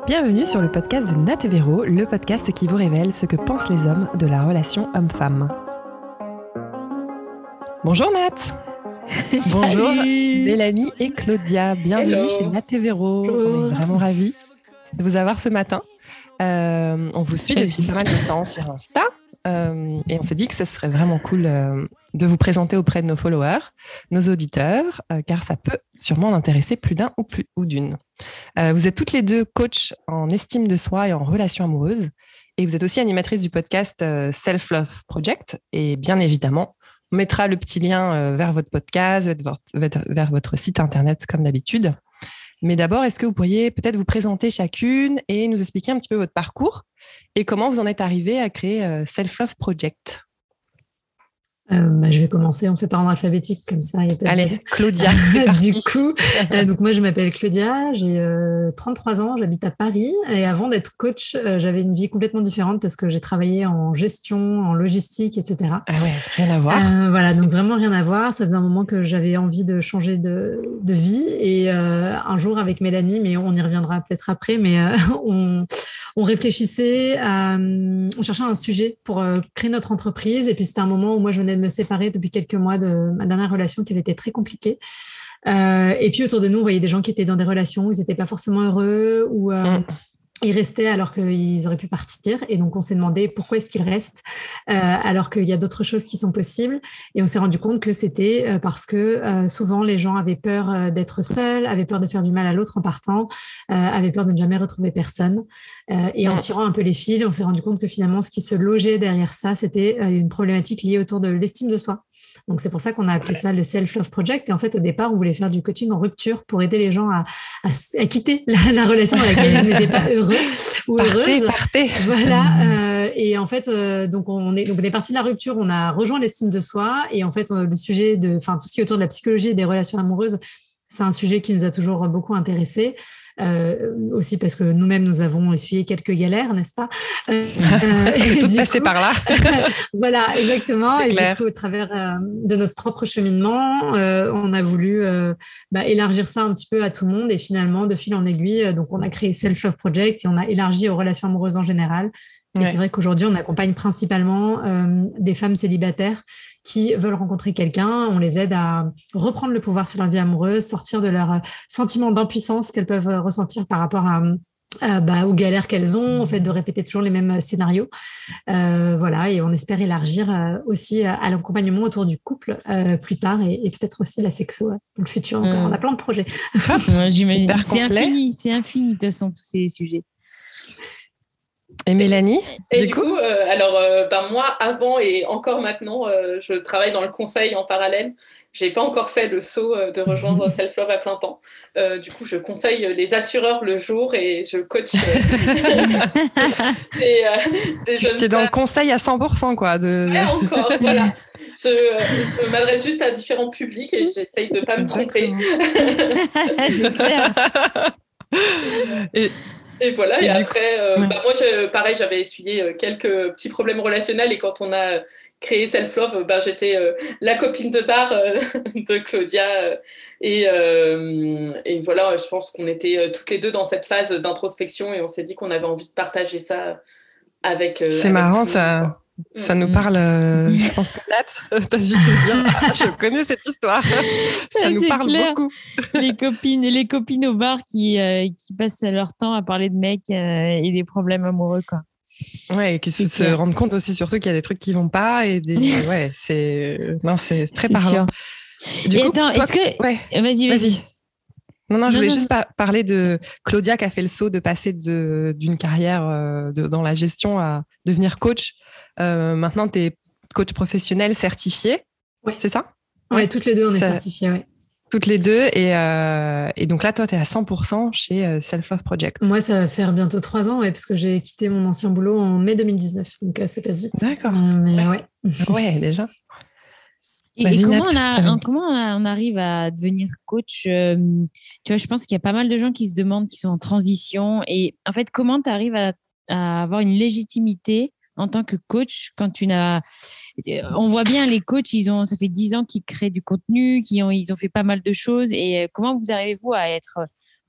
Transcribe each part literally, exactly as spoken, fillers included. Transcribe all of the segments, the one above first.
Bienvenue sur le podcast de Nat et Véro, le podcast qui vous révèle ce que pensent les hommes de la relation homme-femme. Bonjour Nat. Bonjour Mélanie et Claudia. Bienvenue Hello. Chez Nat et Véro. On est vraiment ravis de vous avoir ce matin. Euh, on vous suit depuis pas mal de temps sur Insta euh, et on s'est dit que ce serait vraiment cool euh, de vous présenter auprès de nos followers, nos auditeurs, euh, car ça peut sûrement en intéresser plus d'un ou, plus, ou d'une. Euh, vous êtes toutes les deux coachs en estime de soi et en relations amoureuses et vous êtes aussi animatrice du podcast euh, Self-Love Project et bien évidemment, on mettra le petit lien euh, vers votre podcast, vers, vers votre site internet comme d'habitude. Mais d'abord, est-ce que vous pourriez peut-être vous présenter chacune et nous expliquer un petit peu votre parcours et comment vous en êtes arrivée à créer euh, Self-Love Project? Euh, bah, je vais commencer, on fait par ordre alphabétique comme ça. Y a pas Allez, de... Claudia, du coup, euh, donc moi je m'appelle Claudia, j'ai euh, trente-trois ans, j'habite à Paris et avant d'être coach, euh, j'avais une vie complètement différente parce que j'ai travaillé en gestion, en logistique, et cetera. Ah ouais, rien à voir. Euh, voilà, donc vraiment rien à voir. Ça faisait un moment que j'avais envie de changer de, de vie et euh, un jour avec Mélanie, mais on y reviendra peut-être après, mais euh, on, on réfléchissait à, on cherchait un sujet pour euh, créer notre entreprise et puis c'était un moment où moi je venais de me séparer depuis quelques mois de ma dernière relation qui avait été très compliquée. Euh, et puis autour de nous, on voyait des gens qui étaient dans des relations où ils n'étaient pas forcément heureux ou euh, mm. ils restaient alors qu'ils auraient pu partir. Et donc, on s'est demandé pourquoi est-ce qu'ils restent euh, alors qu'il y a d'autres choses qui sont possibles. Et on s'est rendu compte que c'était euh, parce que euh, souvent, les gens avaient peur euh, d'être seuls, avaient peur de faire du mal à l'autre en partant, euh, avaient peur de ne jamais retrouver personne. Euh, et en tirant un peu les fils, on s'est rendu compte que finalement, ce qui se logeait derrière ça, c'était euh, une problématique liée autour de l'estime de soi. Donc, c'est pour ça qu'on a appelé ça le Self-Love Project. Et en fait, au départ, on voulait faire du coaching en rupture pour aider les gens à, à, à quitter la, la relation dans laquelle ils n'étaient pas heureux ou partez, heureuses. Partez, Voilà. Euh, et en fait, euh, donc on est, donc on est parti de la rupture, on a rejoint l'estime de soi. Et en fait, le sujet de, enfin, tout ce qui est autour de la psychologie et des relations amoureuses, c'est un sujet qui nous a toujours beaucoup intéressés. Euh, aussi parce que nous-mêmes, nous avons essuyé quelques galères, n'est-ce pas? euh, Tout passé par là. Voilà, exactement. C'est et clair. Du coup, au travers euh, de notre propre cheminement, euh, on a voulu euh, bah, élargir ça un petit peu à tout le monde. Et finalement, de fil en aiguille, euh, donc on a créé Self-Love Project et on a élargi aux relations amoureuses en général. Et ouais. C'est vrai qu'aujourd'hui, on accompagne principalement euh, des femmes célibataires qui veulent rencontrer quelqu'un. On les aide à reprendre le pouvoir sur leur vie amoureuse, sortir de leur sentiment d'impuissance qu'elles peuvent ressentir par rapport à, à, bah, aux galères qu'elles ont, au fait de répéter toujours les mêmes scénarios. Euh, voilà, et on espère élargir euh, aussi à l'accompagnement autour du couple euh, plus tard et, et peut-être aussi la sexo dans le futur. Encore. Mmh. On a plein de projets. Ouais, j'imagine. C'est infini, c'est infini de toute façon, tous ces sujets. Et Mélanie, et du coup, coup euh, alors euh, ben moi avant et encore maintenant, euh, je travaille dans le conseil en parallèle. J'ai pas encore fait le saut euh, de rejoindre Self-Love à plein temps. Euh, du coup, je conseille les assureurs le jour et je coach euh, des, euh, des jeunes. Tu es dans le conseil à cent pour cent quoi. De... Ouais, encore, voilà. Je, euh, je m'adresse juste à différents publics et j'essaye de pas me tromper. C'est clair. et Et voilà, et, et après, euh, ouais. bah moi, je, pareil, j'avais essuyé quelques petits problèmes relationnels et quand on a créé Self-Love, bah, j'étais euh, la copine de bar euh, de Claudia euh, et, euh, et voilà, je pense qu'on était euh, toutes les deux dans cette phase d'introspection et on s'est dit qu'on avait envie de partager ça avec euh, C'est avec marrant, ça... Monde, Ça nous parle, euh, je pense que Nat, t'as dû te dire, ah, je connais cette histoire. Ça ouais, nous parle clair. beaucoup. Les copines, les copines au bar qui, euh, qui passent leur temps à parler de mecs euh, et des problèmes amoureux, quoi. Ouais, et qui se, se rendent compte aussi, surtout qu'il y a des trucs qui vont pas et des, ouais, c'est, non, c'est très c'est parlant. Du et coup, attends, toi, est-ce que, ouais, vas-y, vas-y. vas-y. Non, non, je non, voulais non, juste non. Pa- parler de Claudia qui a fait le saut de passer de, d'une carrière euh, de, dans la gestion à devenir coach. Euh, maintenant, tu es coach professionnel certifié, oui. C'est ça? Oui, ouais, toutes les deux, on est ça, certifiés, oui. Toutes les deux. Et, euh, et donc là, toi, tu es à cent pour cent chez euh, Self-Love Project. Moi, ça va faire bientôt trois ans, ouais, parce que j'ai quitté mon ancien boulot en mai deux mille dix-neuf. Donc, euh, ça passe vite. D'accord. Euh, mais ouais. Ouais, déjà. Et, et comment, on, a, on, comment on arrive à devenir coach euh, tu vois, je pense qu'il y a pas mal de gens qui se demandent, qui sont en transition. Et en fait, comment tu arrives à, à avoir une légitimité en tant que coach quand tu n'as... On voit bien les coachs, ils ont, ça fait dix ans qu'ils créent du contenu, qu'ils ont, ils ont fait pas mal de choses. Et comment vous arrivez-vous à être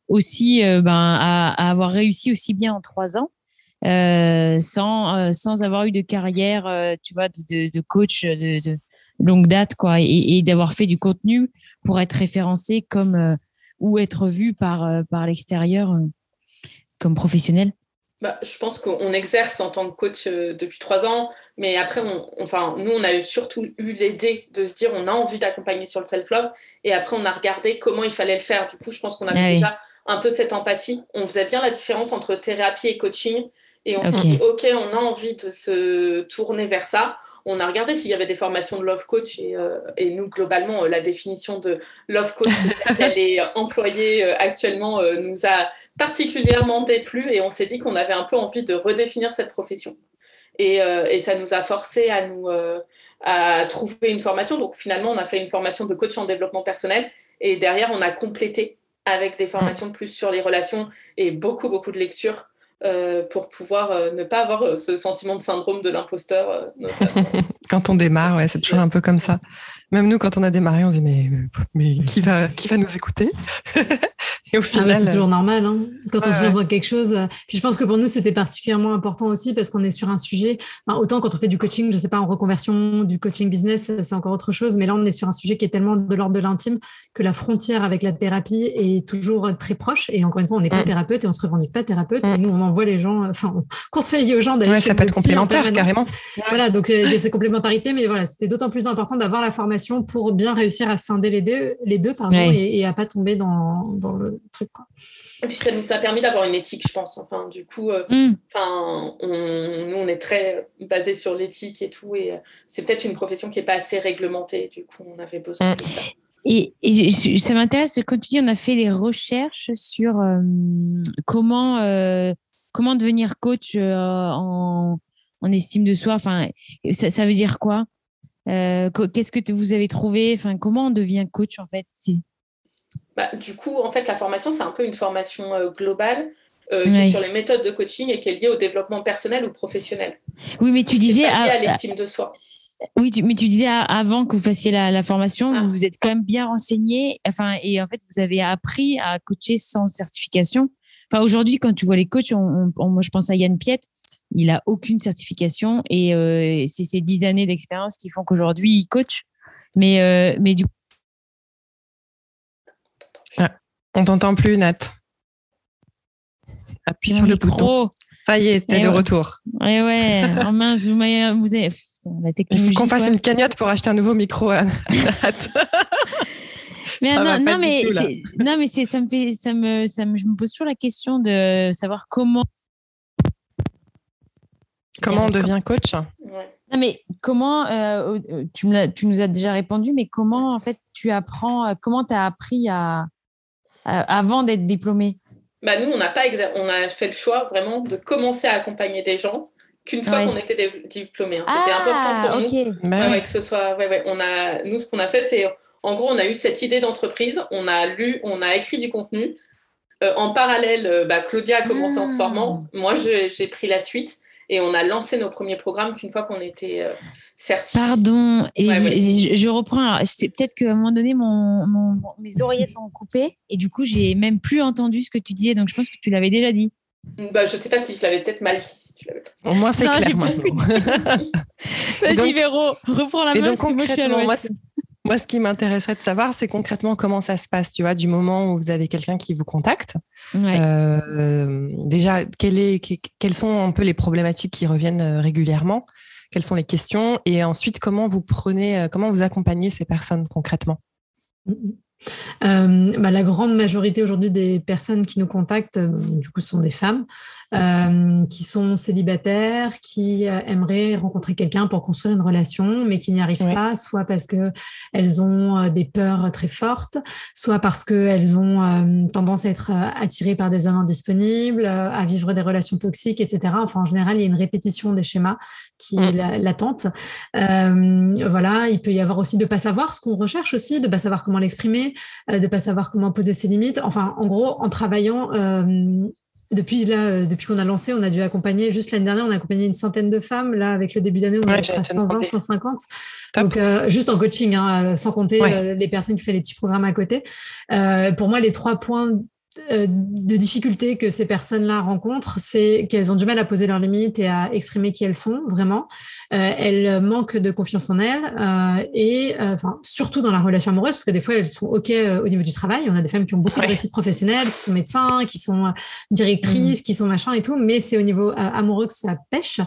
aussi euh, ben, à, à avoir réussi aussi bien en trois ans euh, sans, euh, sans avoir eu de carrière, euh, tu vois, de, de, de coach de, de longue date, quoi, et, et d'avoir fait du contenu pour être référencé comme euh, ou être vu par, euh, par l'extérieur euh, comme professionnel. Bah, je pense qu'on exerce en tant que coach euh, depuis trois ans, mais après, on, enfin, nous, on a surtout eu l'idée de se dire on a envie d'accompagner sur le self-love, et après, on a regardé comment il fallait le faire. Du coup, je pense qu'on avait ah, déjà oui. un peu cette empathie. On faisait bien la différence entre thérapie et coaching, et on okay. s'est dit, OK, on a envie de se tourner vers ça. On a regardé s'il y avait des formations de Love Coach et, euh, et nous, globalement, euh, la définition de Love Coach, qu'elle est employée euh, actuellement, euh, nous a particulièrement déplu et on s'est dit qu'on avait un peu envie de redéfinir cette profession. Et, euh, et ça nous a forcé à, nous, euh, à trouver une formation. Donc, finalement, on a fait une formation de coach en développement personnel et derrière, on a complété avec des formations plus sur les relations et beaucoup, beaucoup de lectures. Euh, pour pouvoir euh, ne pas avoir euh, ce sentiment de syndrome de l'imposteur. Euh, quand on démarre, ouais, c'est toujours un peu comme ça. Même nous, quand on a démarré, on se dit mais, mais qui, va, qui va nous écouter? Et au final, ah ouais, c'est toujours normal hein, quand ouais, on se lance dans quelque chose. Puis je pense que pour nous, c'était particulièrement important aussi parce qu'on est sur un sujet, enfin, autant quand on fait du coaching, je sais pas, en reconversion, du coaching business, c'est encore autre chose, mais là, on est sur un sujet qui est tellement de l'ordre de l'intime que la frontière avec la thérapie est toujours très proche. Et encore une fois, on n'est pas mmh. thérapeute et on se revendique pas thérapeute. Mmh. Et nous, on envoie les gens, enfin, on conseille aux gens d'aller ouais, chez ça peut être complémentaire, carrément. Ouais. Voilà, donc il y a ces complémentarités, mais voilà, c'était d'autant plus important d'avoir la formation pour bien réussir à scinder les deux, les deux pardon, ouais. et, et à pas tomber dans, dans le truc, quoi. Et puis ça nous a permis d'avoir une éthique, je pense. Enfin, du coup, euh, mm. enfin, on, nous, on est très basé sur l'éthique et tout, et euh, c'est peut-être une profession qui n'est pas assez réglementée. Du coup, on avait besoin mm. de ça. Et, et ça m'intéresse, quand tu dis on a fait les recherches sur euh, comment, euh, comment devenir coach euh, en, en estime de soi. Enfin, ça, ça veut dire quoi? euh, Qu'est-ce que vous avez trouvé? Enfin, comment on devient coach en fait si... Bah, du coup, en fait, la formation, c'est un peu une formation euh, globale euh, oui. qui est sur les méthodes de coaching et qui est liée au développement personnel ou professionnel. Oui, mais tu disais... C'est pas lié à, à l'estime de soi. Oui, tu, mais tu disais avant que vous fassiez la, la formation, ah. vous vous êtes quand même bien renseigné, enfin, et en fait, vous avez appris à coacher sans certification. Enfin, aujourd'hui, quand tu vois les coachs, on, on, moi, je pense à Yann Piette, il n'a aucune certification et euh, c'est ses dix années d'expérience qui font qu'aujourd'hui, il coach. Mais, euh, mais du coup, ah, on t'entend plus, Nat. Appuie sur le micro. Bouton. Ça y est, t'es et de ouais. retour. Et ouais, en mince, vous m'avez... Vous avez, la technologie, il faut qu'on fasse quoi. Une cagnotte pour acheter un nouveau micro à Nat. mais non, non, mais tout, c'est, non, mais c'est, ça me fait... Ça me, ça me, je me pose toujours la question de savoir comment... Comment on devient coach? Ouais. Non, mais comment... Euh, tu, me l'as, tu nous as déjà répondu, mais comment, en fait, tu apprends... Comment tu as appris à, à, avant d'être diplômé? Bah nous, on n'a pas exa- on a fait le choix vraiment de commencer à accompagner des gens qu'une fois ouais. qu'on était dé- diplômés. Hein. C'était ah, important pour okay. nous ouais, ouais, que ce soit. Ouais, ouais. On a, nous, ce qu'on a fait, c'est en gros, on a eu cette idée d'entreprise, on a lu, on a écrit du contenu. Euh, en parallèle, euh, bah, Claudia a commencé ah. en se formant. Moi, je, j'ai pris la suite. Et on a lancé nos premiers programmes qu'une fois qu'on était euh, certifiés. Pardon, et ouais, ouais. Je, je reprends. Alors, c'est peut-être qu'à un moment donné, mon, mon, mes oreillettes ont coupé et du coup, j'ai même plus entendu ce que tu disais. Donc, je pense que tu l'avais déjà dit. Bah, je ne sais pas si je l'avais peut-être mal dit. Si tu l'avais... Au moins, c'est non, clair. Vas-y, donc, Véro, reprends la main parce que moi, je suis à l'ouest. Moi, ce qui m'intéresserait de savoir, c'est concrètement comment ça se passe, tu vois, du moment où vous avez quelqu'un qui vous contacte. Ouais. Euh, déjà, quelle est, que, quelles sont un peu les problématiques qui reviennent régulièrement? Quelles sont les questions? Et ensuite, comment vous prenez, comment vous accompagnez ces personnes concrètement? Euh, bah, la grande majorité aujourd'hui des personnes qui nous contactent, euh, du coup, sont des femmes euh, qui sont célibataires, qui euh, aimeraient rencontrer quelqu'un pour construire une relation, mais qui n'y arrivent ouais. pas, soit parce que elles ont euh, des peurs très fortes, soit parce que elles ont euh, tendance à être euh, attirées par des hommes indisponibles, euh, à vivre des relations toxiques, et cetera. Enfin, en général, il y a une répétition des schémas qui mmh. est la, latente. Euh, voilà, il peut y avoir aussi de pas savoir ce qu'on recherche aussi, de pas savoir comment l'exprimer, de ne pas savoir comment poser ses limites. Enfin, en gros, en travaillant, euh, depuis, là, depuis qu'on a lancé, on a dû accompagner, juste l'année dernière, on a accompagné une centaine de femmes. Là, avec le début d'année, on ouais, est à cent vingt, cent cinquante. Top. Donc, euh, juste en coaching, hein, sans compter ouais. euh, les personnes qui font les petits programmes à côté. Euh, pour moi, les trois points euh, de difficultés que ces personnes-là rencontrent, c'est qu'elles ont du mal à poser leurs limites et à exprimer qui elles sont vraiment. Euh, elles manquent de confiance en elles euh, et euh, enfin, surtout dans la relation amoureuse, parce que des fois, elles sont OK euh, au niveau du travail. On a des femmes qui ont beaucoup ouais. de réussite professionnelle, qui sont médecins, qui sont euh, directrices, mmh. qui sont machin et tout, mais c'est au niveau euh, amoureux que ça pêche.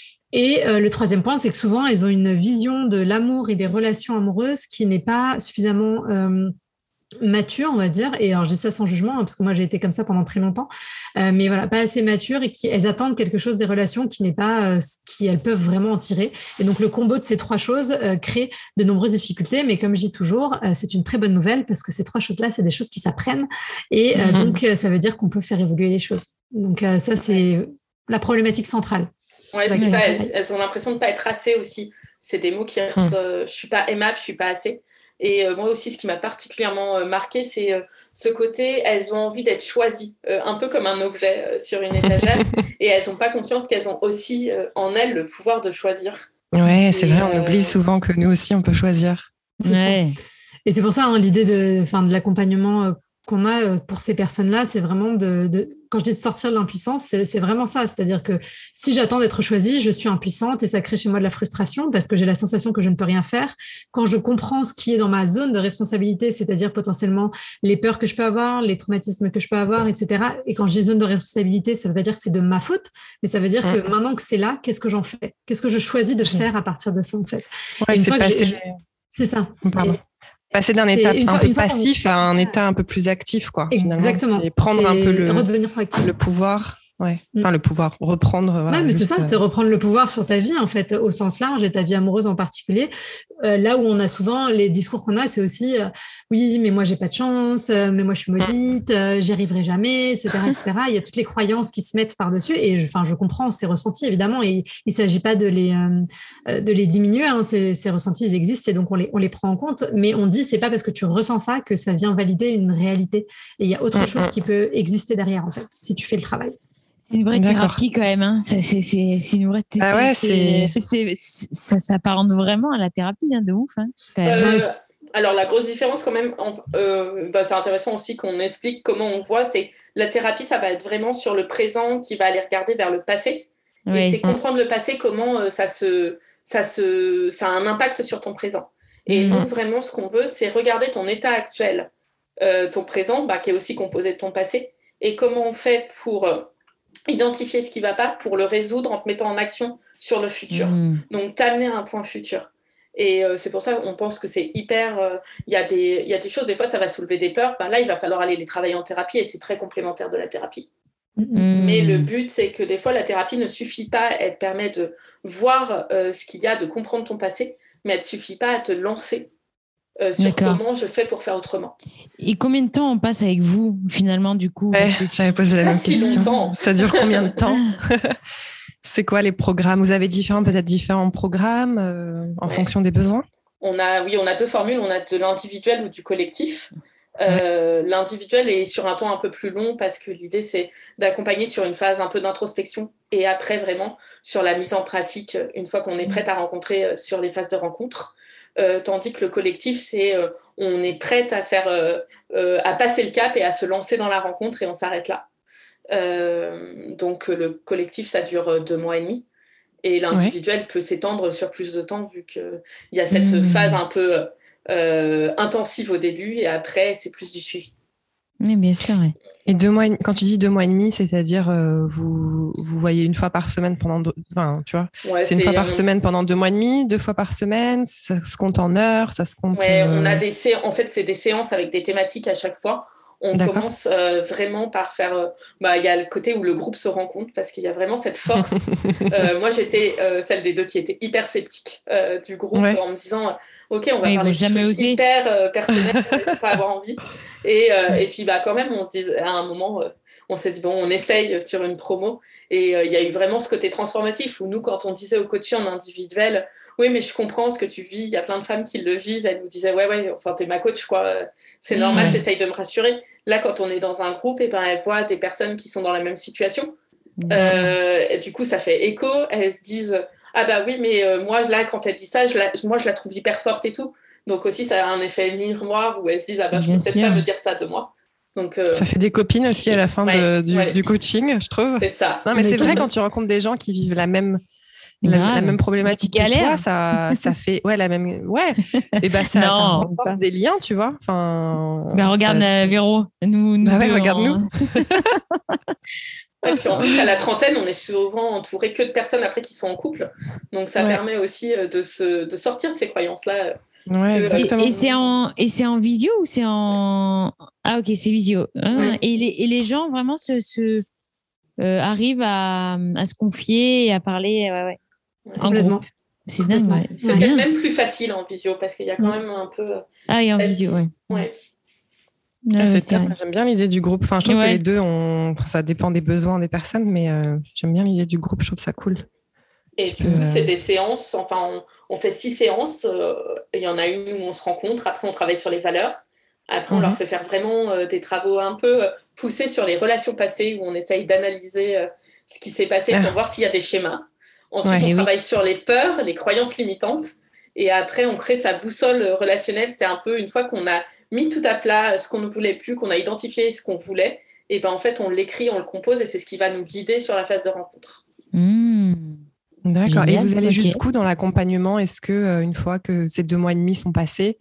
Et euh, le troisième point, c'est que souvent, elles ont une vision de l'amour et des relations amoureuses qui n'est pas suffisamment euh, mature, on va dire. Et alors, je dis ça sans jugement, hein, parce que moi, j'ai été comme ça pendant très longtemps. Euh, mais voilà, pas assez mature et qui, elles attendent quelque chose des relations qui n'est pas euh, ce qu'elles peuvent vraiment en tirer. Et donc, le combo de ces trois choses euh, crée de nombreuses difficultés. Mais comme je dis toujours, euh, c'est une très bonne nouvelle parce que ces trois choses-là, c'est des choses qui s'apprennent. Et euh, mm-hmm. donc, euh, ça veut dire qu'on peut faire évoluer les choses. Donc, euh, ça, c'est la problématique centrale. Ouais, c'est, c'est ça. Elles, elles ont l'impression de ne pas être assez aussi. C'est des mots qui... Hum. Euh, je ne suis pas aimable, je ne suis pas assez. Et euh, moi aussi, ce qui m'a particulièrement euh, marqué, c'est euh, ce côté, elles ont envie d'être choisies, euh, un peu comme un objet euh, sur une étagère. Et elles n'ont pas conscience qu'elles ont aussi euh, en elles le pouvoir de choisir. Ouais, et, c'est vrai, on euh... oublie souvent que nous aussi, on peut choisir. C'est ouais. ça. Et c'est pour ça, hein, l'idée de, de l'accompagnement euh, qu'on a pour ces personnes-là, c'est vraiment de, de quand je dis de sortir de l'impuissance, c'est, c'est vraiment ça. C'est-à-dire que si j'attends d'être choisie, je suis impuissante et ça crée chez moi de la frustration parce que j'ai la sensation que je ne peux rien faire. Quand je comprends ce qui est dans ma zone de responsabilité, c'est-à-dire potentiellement les peurs que je peux avoir, les traumatismes que je peux avoir, et cetera. Et quand j'ai zone de responsabilité, ça veut pas dire que c'est de ma faute, mais ça veut dire mmh. que maintenant que c'est là, qu'est-ce que j'en fais? Qu'est-ce que je choisis de faire à partir de ça, en fait? Ouais, une c'est, fois que j'ai, c'est ça. Pardon. Et, Passer d'un état un peu passif à un état un peu plus actif, quoi. Exactement. C'est prendre c'est un peu le, redevenir proactif. le pouvoir. Ouais. Enfin, le pouvoir, reprendre. Voilà, ouais, mais juste... c'est ça, c'est reprendre le pouvoir sur ta vie, en fait, au sens large, et ta vie amoureuse en particulier. Euh, là où on a souvent, les discours qu'on a, c'est aussi, euh, oui, mais moi, j'ai pas de chance, euh, mais moi, je suis maudite, euh, j'y arriverai jamais, et cetera, et cetera. Il y a toutes les croyances qui se mettent par-dessus, et enfin, je, je comprends ces ressentis, évidemment, et il s'agit pas de les, euh, de les diminuer, hein, ces, ces ressentis, ils existent, et donc on les, on les prend en compte, mais on dit, c'est pas parce que tu ressens ça que ça vient valider une réalité. Et il y a autre chose qui peut exister derrière, en fait, si tu fais le travail. C'est une vraie D'accord. thérapie quand même. Hein. C'est, c'est, c'est, c'est une vraie thérapie. Ah ouais, c'est... C'est, c'est, ça s'apparente vraiment à la thérapie, hein, de ouf. Hein, quand même. Euh, alors, la grosse différence quand même, en, euh, bah, c'est intéressant aussi qu'on explique comment on voit, c'est la thérapie, ça va être vraiment sur le présent qui va aller regarder vers le passé. Oui. Et c'est comprendre le passé, comment euh, ça, se, ça, se, ça a un impact sur ton présent. Et mmh. nous, vraiment, ce qu'on veut, c'est regarder ton état actuel, euh, ton présent, bah, qui est aussi composé de ton passé, et comment on fait pour... Euh, identifier ce qui ne va pas pour le résoudre en te mettant en action sur le futur. Mmh. Donc, t'amener à un point futur. Et euh, c'est pour ça qu'on pense que c'est hyper... Il euh, y, y a des choses, des fois, ça va soulever des peurs. Ben là, il va falloir aller les travailler en thérapie et c'est très complémentaire de la thérapie. Mmh. Mais le but, c'est que des fois, la thérapie ne suffit pas. Elle te permet de voir euh, ce qu'il y a, de comprendre ton passé, mais elle ne suffit pas à te lancer Euh, sur D'accord. comment je fais pour faire autrement. Et combien de temps on passe avec vous, finalement, du coup? Ouais, que j'avais posé la même si question. Longtemps. Ça dure combien de temps? C'est quoi les programmes? Vous avez différents, peut-être différents programmes euh, en ouais. fonction des besoins? on a, Oui, on a deux formules. On a de l'individuel ou du collectif. Euh, ouais. L'individuel est sur un temps un peu plus long parce que l'idée, c'est d'accompagner sur une phase un peu d'introspection et après, vraiment, sur la mise en pratique, une fois qu'on est prête à rencontrer sur les phases de rencontre. Euh, tandis que le collectif, c'est euh, on est prête à faire, euh, euh, à passer le cap et à se lancer dans la rencontre et on s'arrête là. Euh, donc le collectif, ça dure deux mois et demi et l'individuel ouais. peut s'étendre sur plus de temps vu qu'il y a cette mmh. phase un peu euh, intensive au début et après c'est plus du suivi. Oui, bien sûr. Ouais. Et deux mois, quand tu dis deux mois et demi, c'est-à-dire euh, vous vous voyez une fois par semaine pendant, deux, enfin tu vois, ouais, c'est, c'est une fois par on... semaine pendant deux mois et demi, deux fois par semaine, ça se compte en heures, ça se compte. Ouais, euh... on a des sé... en fait c'est des séances avec des thématiques à chaque fois. On D'accord. commence euh, vraiment par faire... Euh, bah, y a le côté où le groupe se rencontre parce qu'il y a vraiment cette force. euh, moi, j'étais euh, celle des deux qui était hyper sceptique euh, du groupe ouais. en me disant « Ok, on va Mais parler de choses hyper euh, personnelles, on va pas avoir envie. » Et, euh, et puis, bah, quand même, on se dit, à un moment, euh, on s'est dit « Bon, on essaye sur une promo. » Et il euh, y a eu vraiment ce côté transformatif où nous, quand on disait au coaching en individuel « Oui, mais je comprends ce que tu vis. Il y a plein de femmes qui le vivent. » Elles nous disaient « Ouais, ouais, enfin, t'es ma coach, quoi. C'est normal, mmh. t'essayes de me rassurer. » Là, quand on est dans un groupe, et ben, elles voient des personnes qui sont dans la même situation. Mmh. Euh, et du coup, ça fait écho. Elles se disent « Ah bah oui, mais euh, moi, là, quand elle dit ça, je la, moi, je la trouve hyper forte et tout. » Donc aussi, ça a un effet miroir où elles se disent « Ah bah, je Bien peux sûr. peut-être pas me dire ça de moi. » Donc, euh... ça fait des copines aussi à la fin ouais, de, du, ouais. du coaching, je trouve. C'est ça. Non, mais c'est vrai, quand tu rencontres des gens qui vivent la même, la, la même problématique que toi, ça, ça fait... Ouais, la même... Ouais. Et bah, ça, non, ça renforce des liens, tu vois. Enfin, bah, regarde, ça, tu... Véro. Nous, nous bah ouais, deux, regarde-nous. En... Et puis en plus, à la trentaine, on est souvent entouré que de personnes après qui sont en couple. Donc, ça ouais. permet aussi de, se, de sortir de ces croyances-là. Ouais, exactement. Et, et, c'est en, et c'est en visio ou c'est en... Ah, ok, c'est visio. Ah, ouais. et, les, et les gens vraiment se, se, euh, arrivent à, à se confier et à parler ouais, ouais. en groupe. C'est dingue. Ouais. C'est peut-être même plus facile en visio parce qu'il y a quand même un peu... Ah, et en visio, oui. Ouais. Ah, c'est top. J'aime bien l'idée du groupe. Enfin, je trouve ouais. que les deux, on... enfin, ça dépend des besoins des personnes, mais euh, j'aime bien l'idée du groupe. Je trouve ça cool. Et du coup, euh... c'est des séances. Enfin, on, on fait six séances. Euh, il y en a une où on se rencontre. Après, on travaille sur les valeurs. Après, on mm-hmm. leur fait faire vraiment euh, des travaux un peu euh, poussés sur les relations passées, où on essaye d'analyser euh, ce qui s'est passé ah. pour voir s'il y a des schémas. Ensuite, ouais, on travaille oui. sur les peurs, les croyances limitantes. Et après, on crée sa boussole relationnelle. C'est un peu une fois qu'on a mis tout à plat ce qu'on ne voulait plus, qu'on a identifié ce qu'on voulait, et ben en fait, on l'écrit, on le compose, et c'est ce qui va nous guider sur la phase de rencontre. Mmh. D'accord. Génial. Et vous allez okay. jusqu'où dans l'accompagnement ? Est-ce que euh, une fois que ces deux mois et demi sont passés,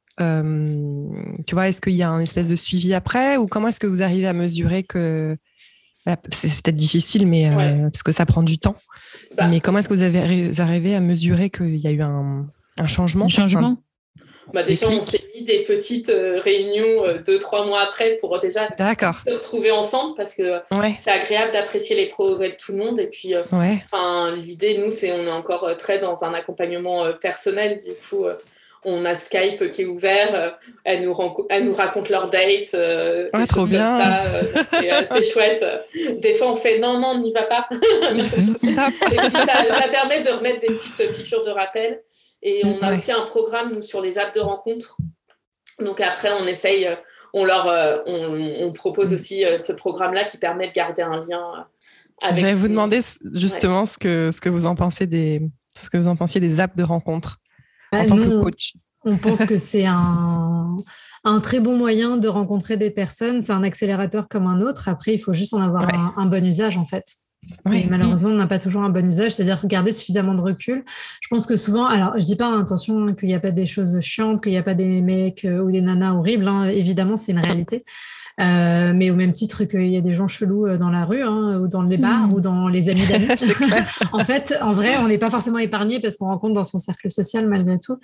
euh, tu vois, est-ce qu'il y a un espèce de suivi après, ou comment est-ce que vous arrivez à mesurer que c'est peut-être difficile, mais euh, ouais. parce que ça prend du temps. Bah. Mais comment est-ce que vous, avez, vous arrivez à mesurer qu'il y a eu un, un changement ? Un changement. Un, Bah déjà, on s'est mis des petites euh, réunions euh, deux, trois mois après pour déjà D'accord. se retrouver ensemble parce que ouais. c'est agréable d'apprécier les progrès de tout le monde. Et puis, euh, ouais. l'idée, nous, c'est on est encore très dans un accompagnement euh, personnel. Du coup, euh, on a Skype qui est ouvert. Euh, elles, nous renco- elles nous racontent leur date. Euh, ah, des trop choses bien. Comme ça. Euh, c'est assez chouette. Des fois, on fait non, non, on n'y va pas. Et puis, ça, ça permet de remettre des petites piqûres de rappel. Et on a ouais. aussi un programme, nous, sur les apps de rencontre. Donc après, on essaye, on leur, euh, on, on propose aussi euh, ce programme-là qui permet de garder un lien avec. Je vais vous tout demander justement ouais. ce que ce que vous en pensez des, ce que vous en pensiez des apps de rencontre bah, en tant nous, que coach. On pense que c'est un un très bon moyen de rencontrer des personnes. C'est un accélérateur comme un autre. Après, il faut juste en avoir ouais. un, un bon usage en fait. Oui. Et malheureusement, on n'a pas toujours un bon usage, c'est-à-dire garder suffisamment de recul. Je pense que souvent, alors je dis pas attention qu'il n'y a pas des choses chiantes, qu'il n'y a pas des mecs ou des nanas horribles, hein. Évidemment, c'est une réalité. Euh, mais au même titre qu'il y a des gens chelous dans la rue, hein, ou dans les bars, mmh. ou dans les amis d'amis. En fait, en vrai, on n'est pas forcément épargné parce qu'on rencontre dans son cercle social malgré tout.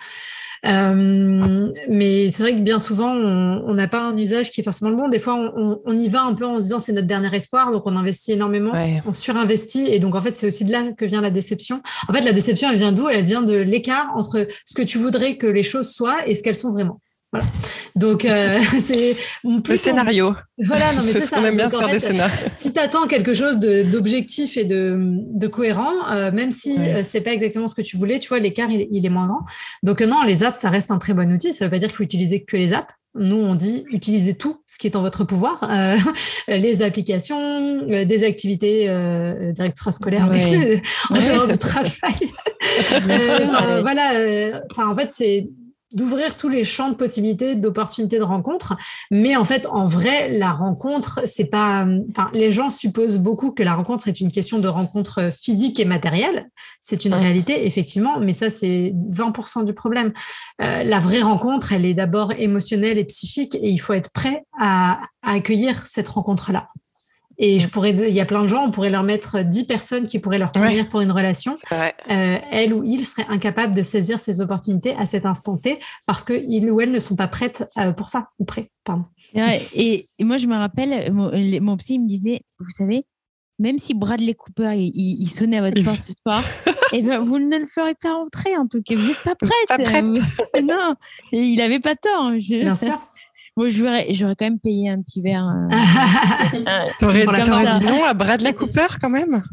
Euh, mais c'est vrai que bien souvent, on n'a pas un usage qui est forcément le bon. Des fois, on, on y va un peu en se disant c'est notre dernier espoir, donc on investit énormément, ouais. on surinvestit, et donc en fait, c'est aussi de là que vient la déception. En fait, la déception, elle vient d'où ? Elle vient de l'écart entre ce que tu voudrais que les choses soient et ce qu'elles sont vraiment. Voilà. Donc, euh, c'est le scénario. Voilà, non, mais c'est, c'est ça. On aime bien donc, se faire fait, des scénarios. Si tu attends quelque chose de, d'objectif et de, de cohérent, euh, même si ouais. euh, c'est pas exactement ce que tu voulais, tu vois, l'écart, il, il est moins grand. Donc, euh, non, les apps, ça reste un très bon outil. Ça veut pas dire qu'il faut utiliser que les apps. Nous, on dit utilisez tout ce qui est en votre pouvoir, euh, les applications, euh, des activités euh, extrascolaires, ouais. en dehors du travail. Bien sûr, euh, voilà. Enfin, en fait, c'est d'ouvrir tous les champs de possibilités, d'opportunités de rencontres. Mais en fait, en vrai, la rencontre, c'est pas... Enfin, les gens supposent beaucoup que la rencontre est une question de rencontre physique et matérielle. C'est une ouais. réalité, effectivement, mais ça, c'est vingt pour cent du problème. Euh, la vraie rencontre, elle est d'abord émotionnelle et psychique, et il faut être prêt à, à accueillir cette rencontre-là. Et je pourrais, il y a plein de gens, on pourrait leur mettre dix personnes qui pourraient leur convenir ouais. pour une relation. Ouais. Euh, elles ou ils seraient incapables de saisir ces opportunités à cet instant T parce qu'ils ou elles ne sont pas prêtes euh, pour ça, ou prêts, pardon. Ouais, et, et moi, je me rappelle, mon, mon psy il me disait, vous savez, même si Bradley Cooper, il, il sonnait à votre porte ce soir, eh ben, vous ne le ferez pas entrer, en tout cas. Vous n'êtes pas prête. Pas prête. Non, et il n'avait pas tort. Je... Bien sûr. Moi, j'aurais, j'aurais quand même payé un petit verre. Euh... T'aurais, t'aurais dit non à Bradley Cooper quand même.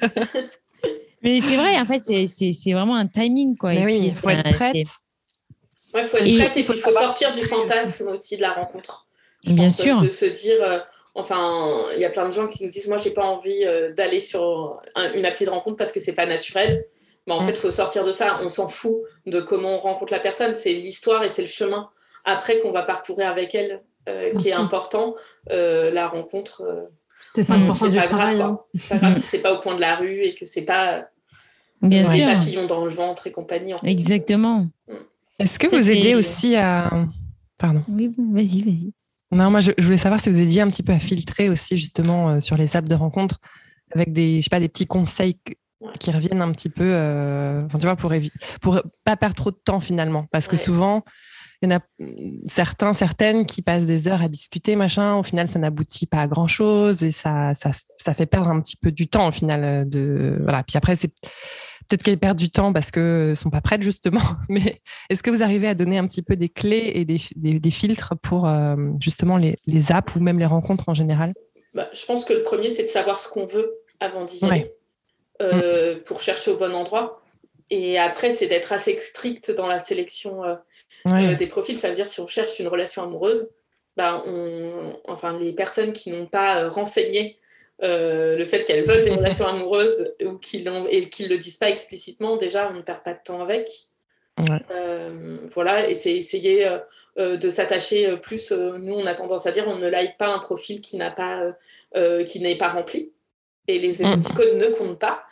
Mais c'est vrai, en fait, c'est, c'est, c'est vraiment un timing, quoi. Mais et oui, puis, il faut être prête. Il ouais, faut être prête et puis il faut sortir du fantasme aussi de la rencontre. Je Bien pense, sûr. De se dire, euh, enfin, il y a plein de gens qui nous disent, moi, j'ai pas envie euh, d'aller sur un, une appli de rencontre parce que c'est pas naturel. Mais en mmh. fait, il faut sortir de ça. On s'en fout de comment on rencontre la personne. C'est l'histoire et c'est le chemin après qu'on va parcourir avec elle euh, qui est important. Euh, la rencontre, euh, c'est cinq pour cent du pas travail. Grave, quoi. C'est pas grave si c'est pas au coin de la rue et que c'est pas Bien euh, sûr. les papillons dans le ventre et compagnie. En fait. Exactement. Est-ce que Ça, vous c'est... aidez aussi à... Pardon. Oui, vas-y, vas-y. Non, moi, je, je voulais savoir si vous aidiez un petit peu à filtrer aussi, justement, euh, sur les apps de rencontre, avec des, je sais pas, des petits conseils ouais. qui reviennent un petit peu, euh, enfin, tu vois, pour évi- pour pas perdre trop de temps, finalement. Parce que ouais. souvent, il y en a certains, certaines qui passent des heures à discuter, machin. Au final, ça n'aboutit pas à grand-chose et ça, ça, ça fait perdre un petit peu du temps, au final. De... Voilà. Puis après, c'est... Peut-être qu'elles perdent du temps parce qu'elles ne sont pas prêtes, justement. Mais est-ce que vous arrivez à donner un petit peu des clés et des, des, des filtres pour, euh, justement, les, les apps ou même les rencontres en général ? Bah, je pense que le premier, c'est de savoir ce qu'on veut avant d'y aller, ouais. euh, mmh. pour chercher au bon endroit. Et après, c'est d'être assez strict dans la sélection euh, ouais. euh, des profils. Ça veut dire si on cherche une relation amoureuse, bah, on... enfin, les personnes qui n'ont pas euh, renseigné Euh, le fait qu'elles veulent des relations amoureuses ou qu'ils et qu'ils ne le disent pas explicitement, déjà, on ne perd pas de temps avec. Ouais. Euh, voilà, et c'est essayer euh, de s'attacher plus. Euh, nous, on a tendance à dire on ne like pas un profil qui n'a pas, euh, qui n'est pas rempli. Et les émoticônes mmh. ne comptent pas.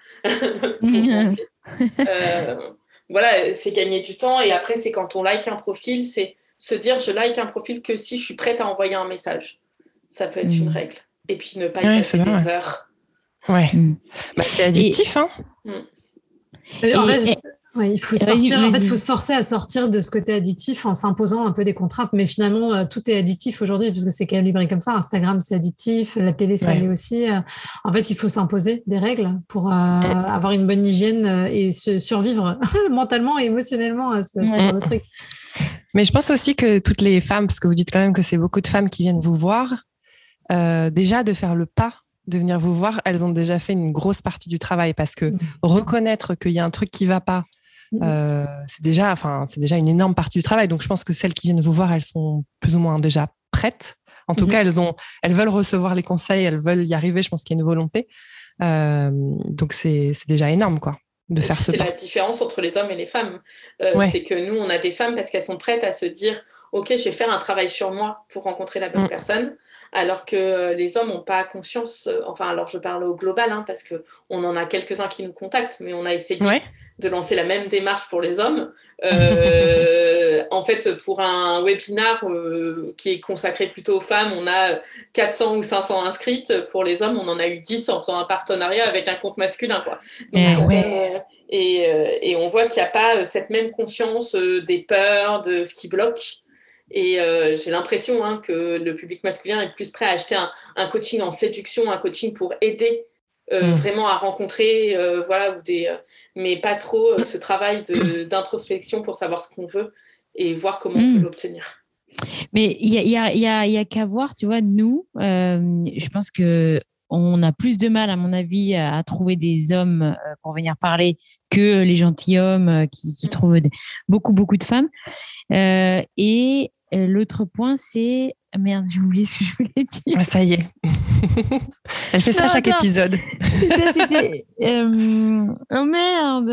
mmh. euh, voilà, c'est gagner du temps. Et après, c'est quand on like un profil, c'est se dire je like un profil que si je suis prête à envoyer un message. Ça peut être mmh. une règle. Et puis ne pas y ouais, passer des ouais. heures. Ouais. Mmh. Bah, c'est addictif, et... hein. Mmh. Et, en fait, et... ouais, il faut sortir. En fait, il faut se forcer à sortir de ce côté addictif en s'imposant un peu des contraintes. Mais finalement, euh, tout est addictif aujourd'hui parce que c'est calibré comme ça. Instagram, c'est addictif. La télé, ça ouais. l'est aussi. Euh, en fait, il faut s'imposer des règles pour euh, mmh. avoir une bonne hygiène et se survivre mentalement et émotionnellement à ce mmh. genre de truc. Mais je pense aussi que toutes les femmes, parce que vous dites quand même que c'est beaucoup de femmes qui viennent vous voir. Euh, déjà de faire le pas de venir vous voir, elles ont déjà fait une grosse partie du travail parce que mmh. reconnaître qu'il y a un truc qui va pas, euh, c'est déjà, enfin, c'est déjà une énorme partie du travail. Donc je pense que celles qui viennent vous voir, elles sont plus ou moins déjà prêtes. En tout mmh. cas, elles ont, elles veulent recevoir les conseils, elles veulent y arriver. Je pense qu'il y a une volonté. Euh, donc c'est, c'est déjà énorme, quoi. De faire ce c'est pas. La différence entre les hommes et les femmes. Euh, ouais. C'est que nous, on a des femmes parce qu'elles sont prêtes à se dire, ok, je vais faire un travail sur moi pour rencontrer la bonne mmh. personne. Alors que les hommes n'ont pas conscience, enfin alors je parle au global, hein, parce qu'on en a quelques-uns qui nous contactent, mais on a essayé ouais. de lancer la même démarche pour les hommes. Euh, en fait, pour un webinar euh, qui est consacré plutôt aux femmes, on a quatre cents ou cinq cents inscrites. Pour les hommes, on en a eu dix en faisant un partenariat avec un compte masculin, quoi. Donc, euh, ouais. et, euh, et on voit qu'il n'y a pas cette même conscience euh, des peurs, de ce qui bloque. Et euh, j'ai l'impression hein, que le public masculin est plus prêt à acheter un, un coaching en séduction, un coaching pour aider euh, mmh. vraiment à rencontrer, euh, voilà, ou des, euh, mais pas trop euh, ce travail de, d'introspection pour savoir ce qu'on veut et voir comment mmh. on peut l'obtenir. Mais il y a, y a, y a, y a qu'à voir, tu vois, nous, euh, je pense que on a plus de mal, à mon avis, à, à trouver des hommes euh, pour venir parler que les gentilshommes euh, qui, qui mmh. trouvent des, beaucoup, beaucoup de femmes. Euh, et l'autre point, c'est... Merde, j'ai oublié ce que je voulais dire. Ah, ça y est. Elle fait ça non, chaque attends. épisode. Ça, c'était... Euh... Oh merde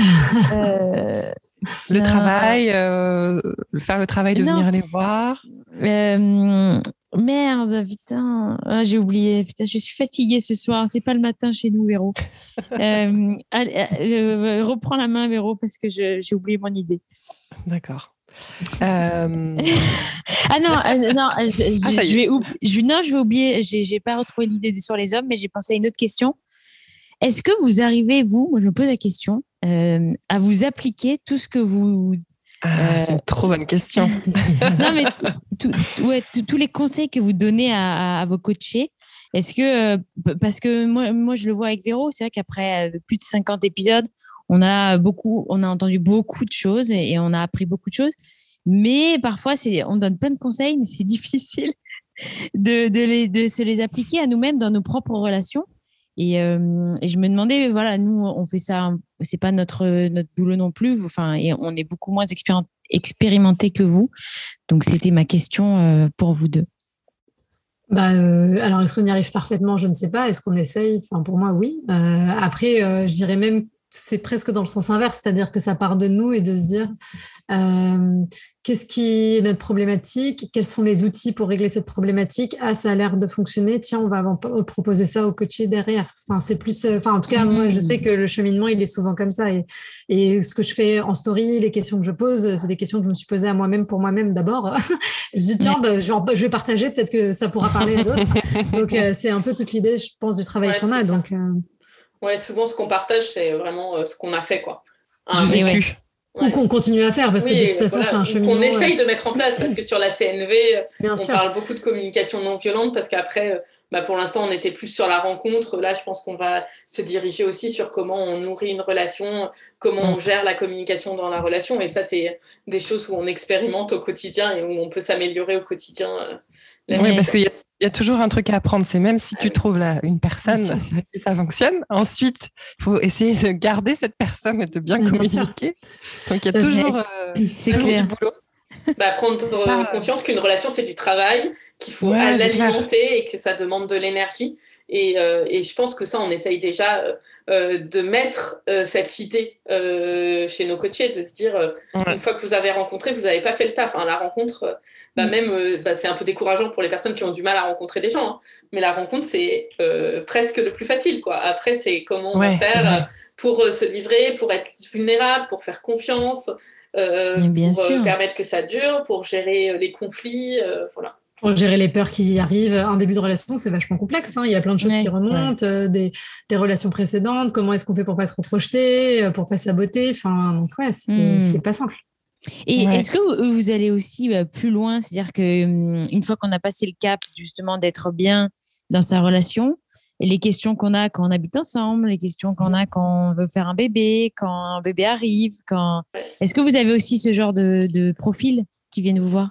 euh... Le non. travail, euh... faire le travail de non. venir les voir. Euh... Merde, putain. Ah, j'ai oublié. Putain, je suis fatiguée ce soir. C'est pas le matin chez nous, Véro. euh... Allez, euh... reprends la main, Véro, parce que je... j'ai oublié mon idée. D'accord. Euh... ah non, euh, non, je, je, ah, je vais oubli- je, non, je vais oublier. J'ai, j'ai pas retrouvé l'idée sur les hommes, mais j'ai pensé à une autre question. Est-ce que vous arrivez, vous, moi je me pose la question, euh, à vous appliquer tout ce que vous ah, euh... c'est une trop bonne question. non, mais ouais, tous les conseils que vous donnez à, à, à vos coachés, est-ce que, euh, parce que moi, moi, je le vois avec Véro, c'est vrai qu'après euh, plus de cinquante épisodes, on a beaucoup, on a entendu beaucoup de choses et, et on a appris beaucoup de choses. Mais parfois, c'est, on donne plein de conseils, mais c'est difficile de, de, les, de se les appliquer à nous-mêmes dans nos propres relations. Et, euh, et je me demandais, voilà, nous, on fait ça, c'est pas notre, notre boulot non plus. Enfin, et on est beaucoup moins expéri- expérimentés que vous. Donc, c'était ma question euh, pour vous deux. Bah, euh, alors, est-ce qu'on y arrive parfaitement ? Je ne sais pas. Est-ce qu'on essaye ? Enfin, pour moi, oui. Euh, après, euh, je dirais même c'est presque dans le sens inverse, c'est-à-dire que ça part de nous et de se dire euh, qu'est-ce qui est notre problématique, quels sont les outils pour régler cette problématique. Ah, ça a l'air de fonctionner, tiens, on va proposer ça au coaché derrière. Enfin, c'est plus, enfin, en tout cas, mmh. moi, je sais que le cheminement, il est souvent comme ça. Et, et ce que je fais en story, les questions que je pose, c'est des questions que je me suis posées à moi-même pour moi-même d'abord. Je me dis, tiens, bah, je, vais, je vais partager, peut-être que ça pourra parler à d'autres. Donc, euh, c'est un peu toute l'idée, je pense, du travail ouais, qu'on a. Donc, euh... ouais, souvent, ce qu'on partage, c'est vraiment euh, ce qu'on a fait, quoi. Un vécu. Ouais. Ou qu'on continue à faire, parce oui, que de toute façon, voilà, c'est un cheminement. Qu'on essaye de mettre en place, parce que sur la C N V, Bien on sûr. parle beaucoup de communication non violente, parce qu'après, bah, pour l'instant, on était plus sur la rencontre. Là, je pense qu'on va se diriger aussi sur comment on nourrit une relation, comment mmh. on gère la communication dans la relation. Et ça, c'est des choses où on expérimente au quotidien et où on peut s'améliorer au quotidien. Oui, parce qu'il y a Il y a toujours un truc à apprendre, c'est même si tu trouves là une personne et ça fonctionne, ensuite, il faut essayer de garder cette personne et de bien, bien communiquer. Sûr. Donc, il y a toujours, euh, c'est toujours du boulot. Bah, prendre ah. conscience qu'une relation, c'est du travail, qu'il faut ouais, l'alimenter et que ça demande de l'énergie. Et, euh, et je pense que ça, on essaye déjà euh, de mettre euh, cette idée euh, chez nos coachés, de se dire, euh, ouais. une fois que vous avez rencontré, vous n'avez pas fait le taf. Hein. La rencontre, euh, bah, mm. même, euh, bah, c'est un peu décourageant pour les personnes qui ont du mal à rencontrer des gens. Hein. Mais la rencontre, c'est euh, presque le plus facile, quoi. Après, c'est comment on ouais, va faire pour euh, se livrer, pour être vulnérable, pour faire confiance, euh, bien pour sûr. Euh, permettre que ça dure, pour gérer les conflits, euh, voilà. Pour gérer les peurs qui arrivent. Un début de relation, c'est vachement complexe. Hein. Il y a plein de choses ouais, qui remontent, ouais. euh, des, des relations précédentes. Comment est-ce qu'on fait pour pas trop projeter, pour pas saboter. Enfin, donc ouais, c'est, mmh. c'est pas simple. Et ouais. est-ce que vous, vous allez aussi euh, plus loin, c'est-à-dire que um, une fois qu'on a passé le cap justement d'être bien dans sa relation, et les questions qu'on a quand on habite ensemble, les questions qu'on a quand on veut faire un bébé, quand un bébé arrive, quand est-ce que vous avez aussi ce genre de, de profil qui viennent vous voir?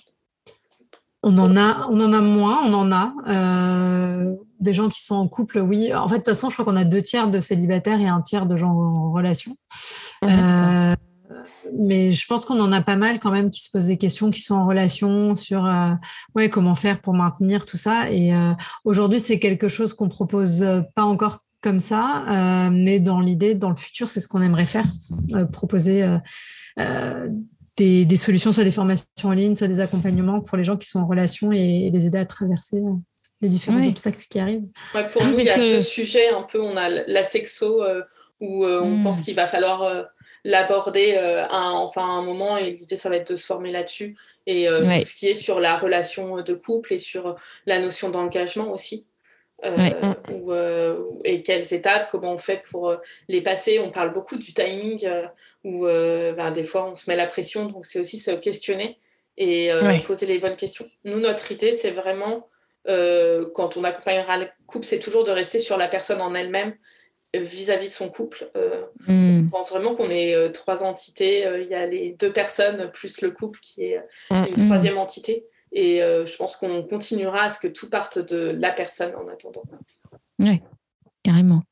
On en a, on en a moins, on en a. Euh, des gens qui sont en couple, oui. En fait, de toute façon, je crois qu'on a deux tiers de célibataires et un tiers de gens en relation. Mmh. Euh, mais je pense qu'on en a pas mal quand même qui se posent des questions, qui sont en relation sur euh, ouais, comment faire pour maintenir tout ça. Et euh, aujourd'hui, c'est quelque chose qu'on propose pas encore comme ça, euh, mais dans l'idée, dans le futur, c'est ce qu'on aimerait faire, euh, proposer euh, euh, Des, des solutions, soit des formations en ligne, soit des accompagnements pour les gens qui sont en relation et, et les aider à traverser les différents oui. obstacles qui arrivent. Ouais, pour nous, il y a que... deux sujets un peu. On a la sexo euh, où euh, on mm. pense qu'il va falloir euh, l'aborder euh, à, un, enfin, à un moment, et l'idée, ça va être de se former là-dessus. Et euh, ouais. tout ce qui est sur la relation de couple et sur la notion d'engagement aussi. Euh, ouais. où, euh, et quelles étapes, comment on fait pour euh, les passer. On parle beaucoup du timing euh, où euh, ben, des fois on se met la pression, donc c'est aussi se questionner et euh, ouais. poser les bonnes questions. Nous, notre idée, c'est vraiment euh, quand on accompagnera le couple, c'est toujours de rester sur la personne en elle-même euh, vis-à-vis de son couple. Euh, mm. On pense vraiment qu'on est euh, trois entités. Il euh, y a les deux personnes plus le couple qui est mm. une troisième entité. Et euh, je pense qu'on continuera à ce que tout parte de la personne en attendant. Oui, carrément.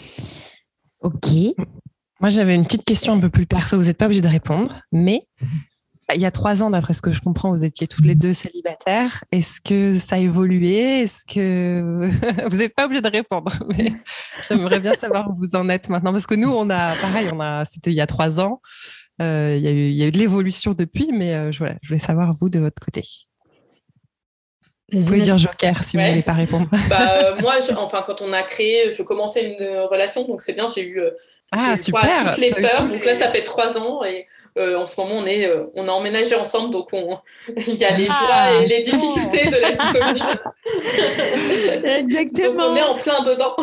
Ok. Moi, j'avais une petite question un peu plus perso. Vous n'êtes pas obligé de répondre, mais il y a trois ans, d'après ce que je comprends, vous étiez toutes les deux célibataires. Est-ce que ça a évolué? Est-ce que vous n'êtes pas obligé de répondre? Mais j'aimerais bien savoir où vous en êtes maintenant, parce que nous, on a, pareil, on a, c'était il y a trois ans. Euh, il y a eu, il y a eu de l'évolution depuis, mais euh, je, voilà, je voulais savoir vous de votre côté. Vous pouvez dire joker si ouais. vous ne voulez pas répondre. Bah, euh, moi, je, enfin, quand on a créé, je commençais une relation, donc c'est bien, j'ai eu, euh, ah, j'ai eu super. Quoi, toutes les peurs. Donc là, ça fait trois ans et euh, en ce moment, on, est, euh, on a emménagé ensemble, donc on, il y a les ah, joies et les bon. difficultés de la vie commune. Exactement. Donc on est en plein dedans.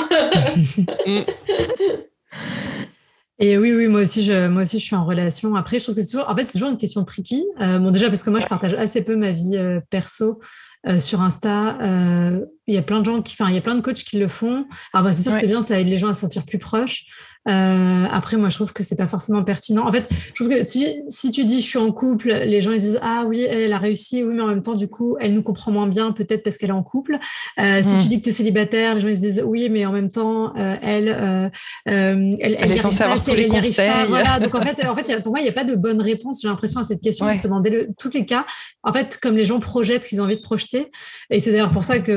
Et oui, oui, moi aussi, je, moi aussi, je suis en relation. Après, je trouve que c'est toujours, en fait, c'est toujours une question tricky. Euh, bon, déjà parce que moi, je partage assez peu ma vie euh, perso. Euh, sur Insta, euh, il y a plein de gens qui, enfin, il y a plein de coachs qui le font. Alors, bah, c'est sûr ouais. que c'est bien, ça aide les gens à se sentir plus proches. Euh, après, moi, je trouve que c'est pas forcément pertinent. En fait, je trouve que si, si tu dis je suis en couple, les gens ils disent ah oui, elle, elle a réussi, oui, mais en même temps, du coup, elle nous comprend moins bien, peut-être parce qu'elle est en couple. Euh, mmh. Si tu dis que tu es célibataire, les gens ils disent oui, mais en même temps, euh, elle, euh, elle, elle, elle est censée avoir tous les conseils. Pas. Voilà. Donc en fait, en fait, pour moi, il n'y a pas de bonne réponse. J'ai l'impression à cette question ouais. parce que dans des, tous les cas, en fait, comme les gens projettent ce qu'ils ont envie de projeter, et c'est d'ailleurs pour ça qu'on partage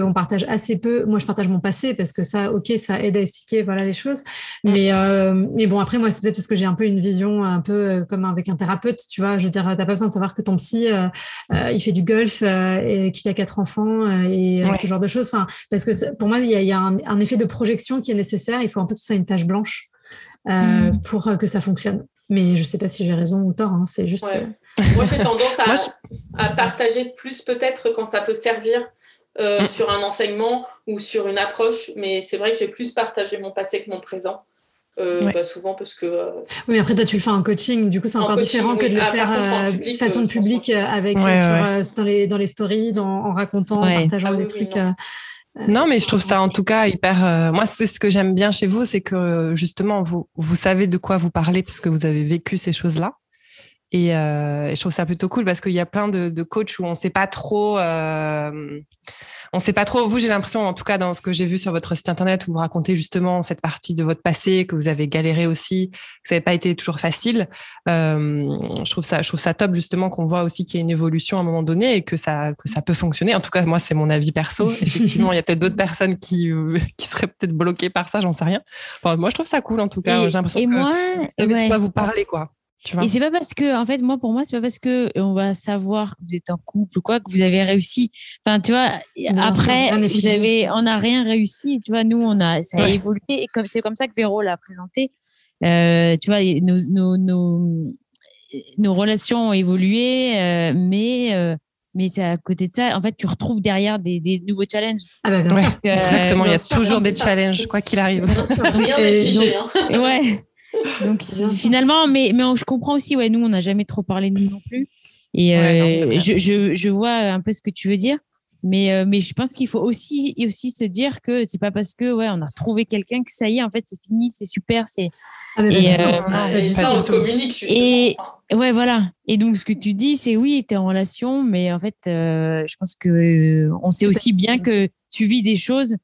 partage assez peu. Moi, je partage mon passé parce que ça, ok, ça aide à expliquer voilà les choses. Mm. Mais euh, mais bon, après moi, c'est peut-être parce que j'ai un peu une vision un peu euh, comme avec un thérapeute, tu vois. Je veux dire, t'as pas besoin de savoir que ton psy, euh, euh, il fait du golf euh, et qu'il a quatre enfants euh, et euh, ouais. ce genre de choses. Enfin, parce que ça, pour moi, il y a, il y a un, un effet de projection qui est nécessaire. Il faut un peu que ce soit une page blanche euh, mm. pour euh, que ça fonctionne. Mais je sais pas si j'ai raison ou tort. Hein. C'est juste. Ouais. Euh... Moi, j'ai tendance à, moi, je... à partager plus peut-être quand ça peut servir. Euh, mmh. sur un enseignement ou sur une approche, mais c'est vrai que j'ai plus partagé mon passé que mon présent, euh, ouais. bah, souvent parce que... Euh... Oui, après toi tu le fais en coaching, du coup c'est en encore coaching, différent oui. que de le ah, faire de euh, façon euh, publique avec, ouais, sur, ouais. Euh, dans, les, dans les stories, dans, en racontant, ouais. en partageant ah, des oui, trucs... Oui, non. Euh, non, mais je trouve ça en tout cas hyper... Euh, moi, c'est ce que j'aime bien chez vous, c'est que justement, vous, vous savez de quoi vous parlez parce que vous avez vécu ces choses-là. Et, euh, et je trouve ça plutôt cool parce qu'il y a plein de, de coachs où on ne sait pas trop... Euh, on ne sait pas trop. Vous, j'ai l'impression, en tout cas dans ce que j'ai vu sur votre site internet, où vous racontez justement cette partie de votre passé, que vous avez galéré aussi, que ça n'avait pas été toujours facile. Euh, je trouve ça, je trouve ça top justement qu'on voit aussi qu'il y a une évolution à un moment donné et que ça, que ça peut fonctionner. En tout cas, moi, c'est mon avis perso. Effectivement, il y a peut-être d'autres personnes qui, qui seraient peut-être bloquées par ça, j'en sais rien. Enfin, moi, je trouve ça cool en tout cas. Et, j'ai l'impression que moi, vous savez ouais. de quoi vous parlez, quoi. Et c'est pas parce que, en fait, moi, pour moi, c'est pas parce que on va savoir que vous êtes en couple ou quoi, que vous avez réussi. Enfin, tu vois, non, après, vous avez, on n'a rien réussi. Tu vois, nous, on a, ça a ouais. évolué et comme, c'est comme ça que Véro l'a présenté. Euh, tu vois, nos, nos, nos, nos relations ont évolué, euh, mais, euh, mais c'est à côté de ça, en fait, tu retrouves derrière des, des nouveaux challenges. Ah bah, bien ouais, sûr. Que, Exactement, euh, il y a sûr, toujours des challenges, quoi qu'il arrive. Bien sûr, rien n'est figé. Hein. Ouais. Donc finalement, mais, mais je comprends aussi, ouais, nous, on n'a jamais trop parlé de nous non plus. Et ouais, euh, non, je, je, je vois un peu ce que tu veux dire. Mais, euh, mais je pense qu'il faut aussi, aussi se dire que c'est pas parce que ouais, on a trouvé quelqu'un que ça y est, en fait, c'est fini, c'est super. C'est... Ah, mais et, euh, non, et ça, on communique justement. Et ouais, voilà. Et donc, ce que tu dis, c'est oui, tu es en relation, mais en fait, euh, je pense que euh, on sait aussi bien que tu vis des choses.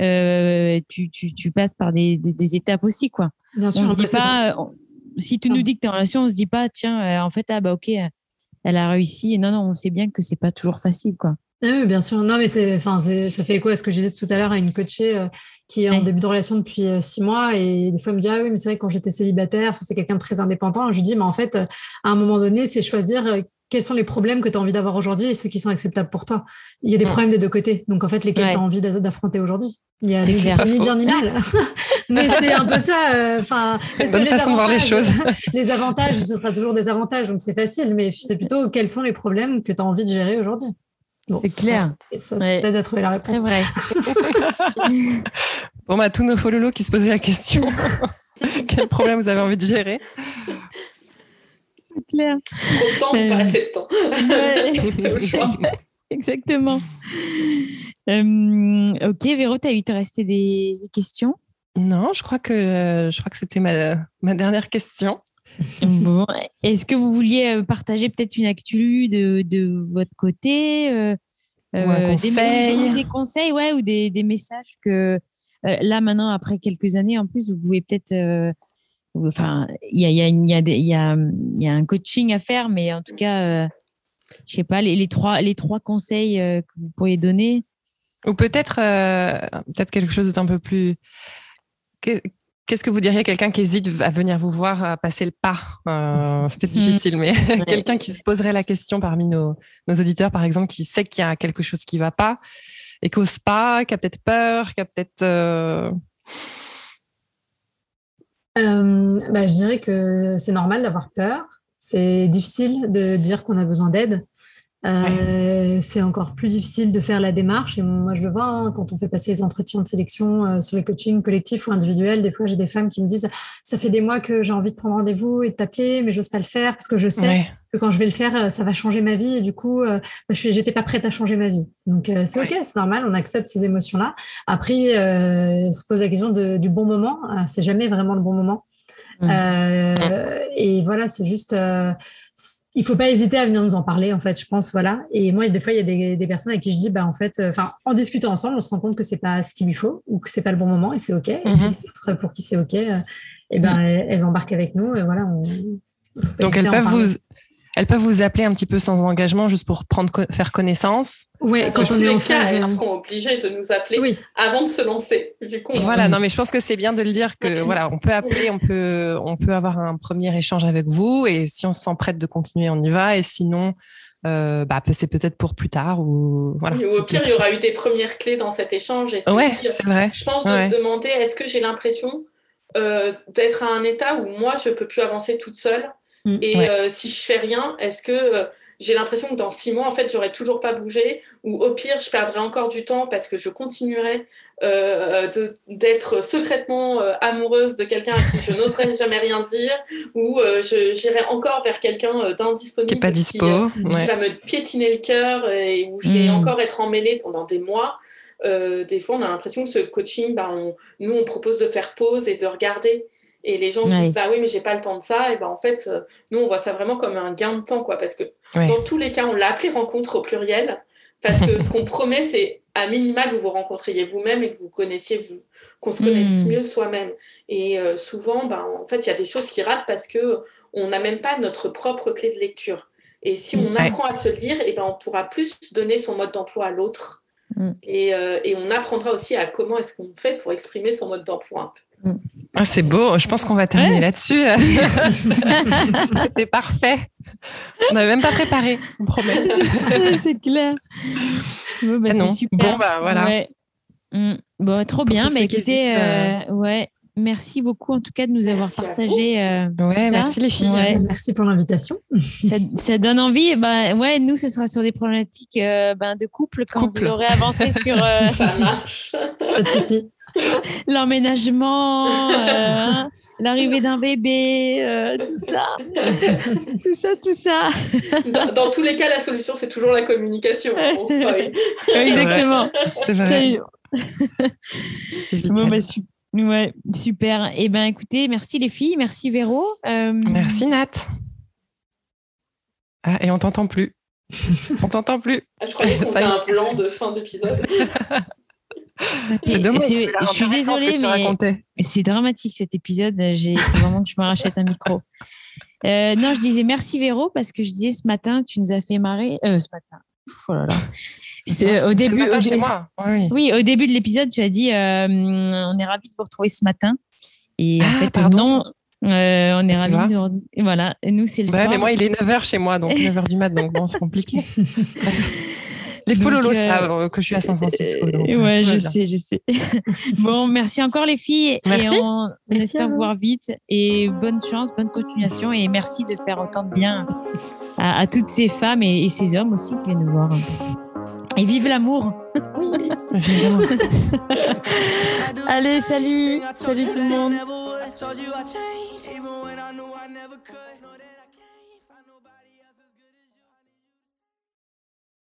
Euh, tu, tu, tu passes par des, des, des étapes aussi, quoi. Bien sûr, on se dit pas, on, si tu nous dis que tu es en relation, on se dit pas, tiens, euh, en fait, ah bah ok, elle a réussi. Non, non, on sait bien que c'est pas toujours facile, quoi. Ah oui, bien sûr. Non, mais c'est, enfin, c'est, ça fait écho à ce que je disais tout à l'heure à une coachée euh, qui est en ouais. début de relation depuis euh, six mois et des fois elle me dit ah oui, mais c'est vrai que quand j'étais célibataire, c'est quelqu'un de très indépendant. Je lui dis mais en fait, euh, à un moment donné, c'est choisir euh, quels sont les problèmes que tu as envie d'avoir aujourd'hui et ceux qui sont acceptables pour toi. Il y a des ouais. problèmes des deux côtés. Donc en fait, lesquels ouais. tu as envie d'affronter aujourd'hui. Il y a des, c'est ni bien ni mal. Mais c'est un peu ça. Enfin, euh, bonne façon de voir les choses. Les avantages, ce sera toujours des avantages, donc c'est facile. Mais c'est plutôt quels sont les problèmes que tu as envie de gérer aujourd'hui. Bon, c'est clair. Et ça ouais. t'aide à trouver la réponse. C'est vrai. Bon, bah, tous nos fololos qui se posaient la question. Quel problème vous avez envie de gérer? C'est clair. Trop de temps ou pas assez de temps? Ouais. C'est au choix. Exactement. Euh, ok, Véro, tu as eu te rester des, des questions? Non, je crois que, je crois que c'était ma, ma dernière question. Bon, est-ce que vous vouliez partager peut-être une actu de, de votre côté, euh, ou un conseil, des, des conseils, ouais, ou des, des messages que euh, là maintenant après quelques années en plus vous pouvez peut-être, euh, enfin il y a il y a il y a il y a il y a un coaching à faire, mais en tout cas, euh, je sais pas les, les trois les trois conseils euh, que vous pourriez donner, ou peut-être euh, peut-être quelque chose d'un peu plus. Qu'est-ce que vous diriez à quelqu'un qui hésite à venir vous voir, à passer le pas? euh, C'est peut-être difficile, mais ouais. Quelqu'un qui se poserait la question parmi nos, nos auditeurs, par exemple, qui sait qu'il y a quelque chose qui ne va pas et qui n'ose pas, qui a peut-être peur, qui a peut-être... Euh... Euh, bah, je dirais que c'est normal d'avoir peur. C'est difficile de dire qu'on a besoin d'aide. Euh, ouais. C'est encore plus difficile de faire la démarche et moi je le vois hein, quand on fait passer les entretiens de sélection euh, sur les coachings collectifs ou individuels, des fois j'ai des femmes qui me disent ça fait des mois que j'ai envie de prendre rendez-vous et de t'appeler mais j'ose pas le faire parce que je sais ouais. que quand je vais le faire ça va changer ma vie et du coup euh, je suis, j'étais pas prête à changer ma vie, donc euh, c'est ouais. ok, c'est normal, on accepte ces émotions là. Après euh, se pose la question de, du bon moment, euh, c'est jamais vraiment le bon moment. Mmh. Euh, et voilà, c'est juste euh, il faut pas hésiter à venir nous en parler, en fait, je pense, voilà. Et moi, des fois, il y a des, des personnes à qui je dis, bah, en fait, enfin, euh, en discutant ensemble, on se rend compte que c'est pas ce qu'il lui faut ou que c'est pas le bon moment et c'est ok. Mm-hmm. Et puis, d'autres pour qui c'est ok, euh, et ben, mm-hmm. elles, elles embarquent avec nous et voilà. On, donc, elles peuvent vous, Elles peuvent vous appeler un petit peu sans engagement, juste pour prendre, faire connaissance. Oui, quand on est en phase. Elles seront obligées de nous appeler oui. avant de se lancer. Vu qu'on... Voilà, non, mais je pense que c'est bien de le dire que voilà, on peut appeler, on peut, on peut avoir un premier échange avec vous, et si on se sent prête de continuer, on y va, et sinon, euh, bah, c'est peut-être pour plus tard. Ou, voilà, ou au pire, il y aura eu des premières clés dans cet échange. Et c'est ouais, aussi, c'est vrai. Je pense de ouais. se demander, est-ce que j'ai l'impression euh, d'être à un état où moi, je ne peux plus avancer toute seule mmh. Et ouais. euh, si je ne fais rien, est-ce que... Euh, j'ai l'impression que dans six mois, en fait, j'aurais toujours pas bougé, ou au pire, je perdrais encore du temps parce que je continuerais euh, de, d'être secrètement euh, amoureuse de quelqu'un à qui je n'oserais jamais rien dire, ou euh, je, j'irais encore vers quelqu'un euh, d'indisponible qui, est pas dispo, qui, euh, ouais. qui va me piétiner le cœur et où je vais mmh. encore être emmêlée pendant des mois. Euh, des fois, on a l'impression que ce coaching, bah, on, nous, on propose de faire pause et de regarder. Et les gens se ouais. disent, bah oui, mais j'ai pas le temps de ça. Et ben en fait, euh, nous, on voit ça vraiment comme un gain de temps, quoi. Parce que ouais. dans tous les cas, on l'a appelé rencontre au pluriel. Parce que ce qu'on promet, c'est à minima que vous vous rencontriez vous-même et que vous connaissiez, vous, qu'on se connaisse mmh. mieux soi-même. Et euh, souvent, ben, en fait, il y a des choses qui ratent parce qu'on n'a même pas notre propre clé de lecture. Et si on ouais. apprend à se lire, et ben, on pourra plus donner son mode d'emploi à l'autre. Mmh. Et, euh, et on apprendra aussi à comment est-ce qu'on fait pour exprimer son mode d'emploi un peu. Ah, c'est beau, je pense qu'on va terminer ouais. là-dessus. C'était parfait. On n'avait même pas préparé, on promet. C'est clair. Bon, bah, ah non. C'est super. Bon, bah voilà. Ouais. Mmh. Bon, trop Pour bien. Bah, écoutez, euh, euh... ouais. Merci beaucoup en tout cas de nous avoir merci partagé euh, ouais, tout ça. Merci les filles. Ouais. Merci pour l'invitation. Ça, ça donne envie. Bah, ouais, nous, ce sera sur des problématiques euh, ben, de couple quand couple. Vous aurez avancé sur... Euh, ça marche. Pas de souci. L'emménagement, euh, l'arrivée d'un bébé, euh, tout ça. tout ça, tout ça. Dans, dans tous les cas, la solution, c'est toujours la communication. On se parle. Exactement. C'est vrai. C'est bon, bah, super. Ouais, super. Eh ben, écoutez, merci les filles, merci Véro. Euh... Merci Nat. Ah, et on t'entend plus. On t'entend plus. Ah, je croyais qu'on faisait un plan de fin d'épisode. C'est dommage. C'est, je suis désolée, mais c'est dramatique cet épisode. J'ai vraiment que je me rachète un micro. Euh, non, je disais merci Véro parce que je disais ce matin, tu nous as fait marrer. Euh, ce matin. Oh là là. C'est, au début, c'est le matin au chez dé... moi. Oui. oui, au début de l'épisode, tu as dit euh, on est ravis de vous retrouver ce matin. Et ah, en fait, pardon. non, euh, on est ravis de vous. Et voilà, et nous, c'est le ouais, soir. Mais moi, il est neuf heures chez moi, donc neuf heures du mat, donc bon, c'est compliqué. Les fololos euh... savent que je suis à San Francisco. Donc, ouais, je sais, je sais. Bon, merci encore les filles. Merci. Et on, on espère vous voir vite. Et bonne chance, bonne continuation. Et merci de faire autant de bien à, à toutes ces femmes et, et ces hommes aussi qui viennent nous voir. Et vive l'amour. Oui, vive l'amour. Allez, salut. Salut tout le monde.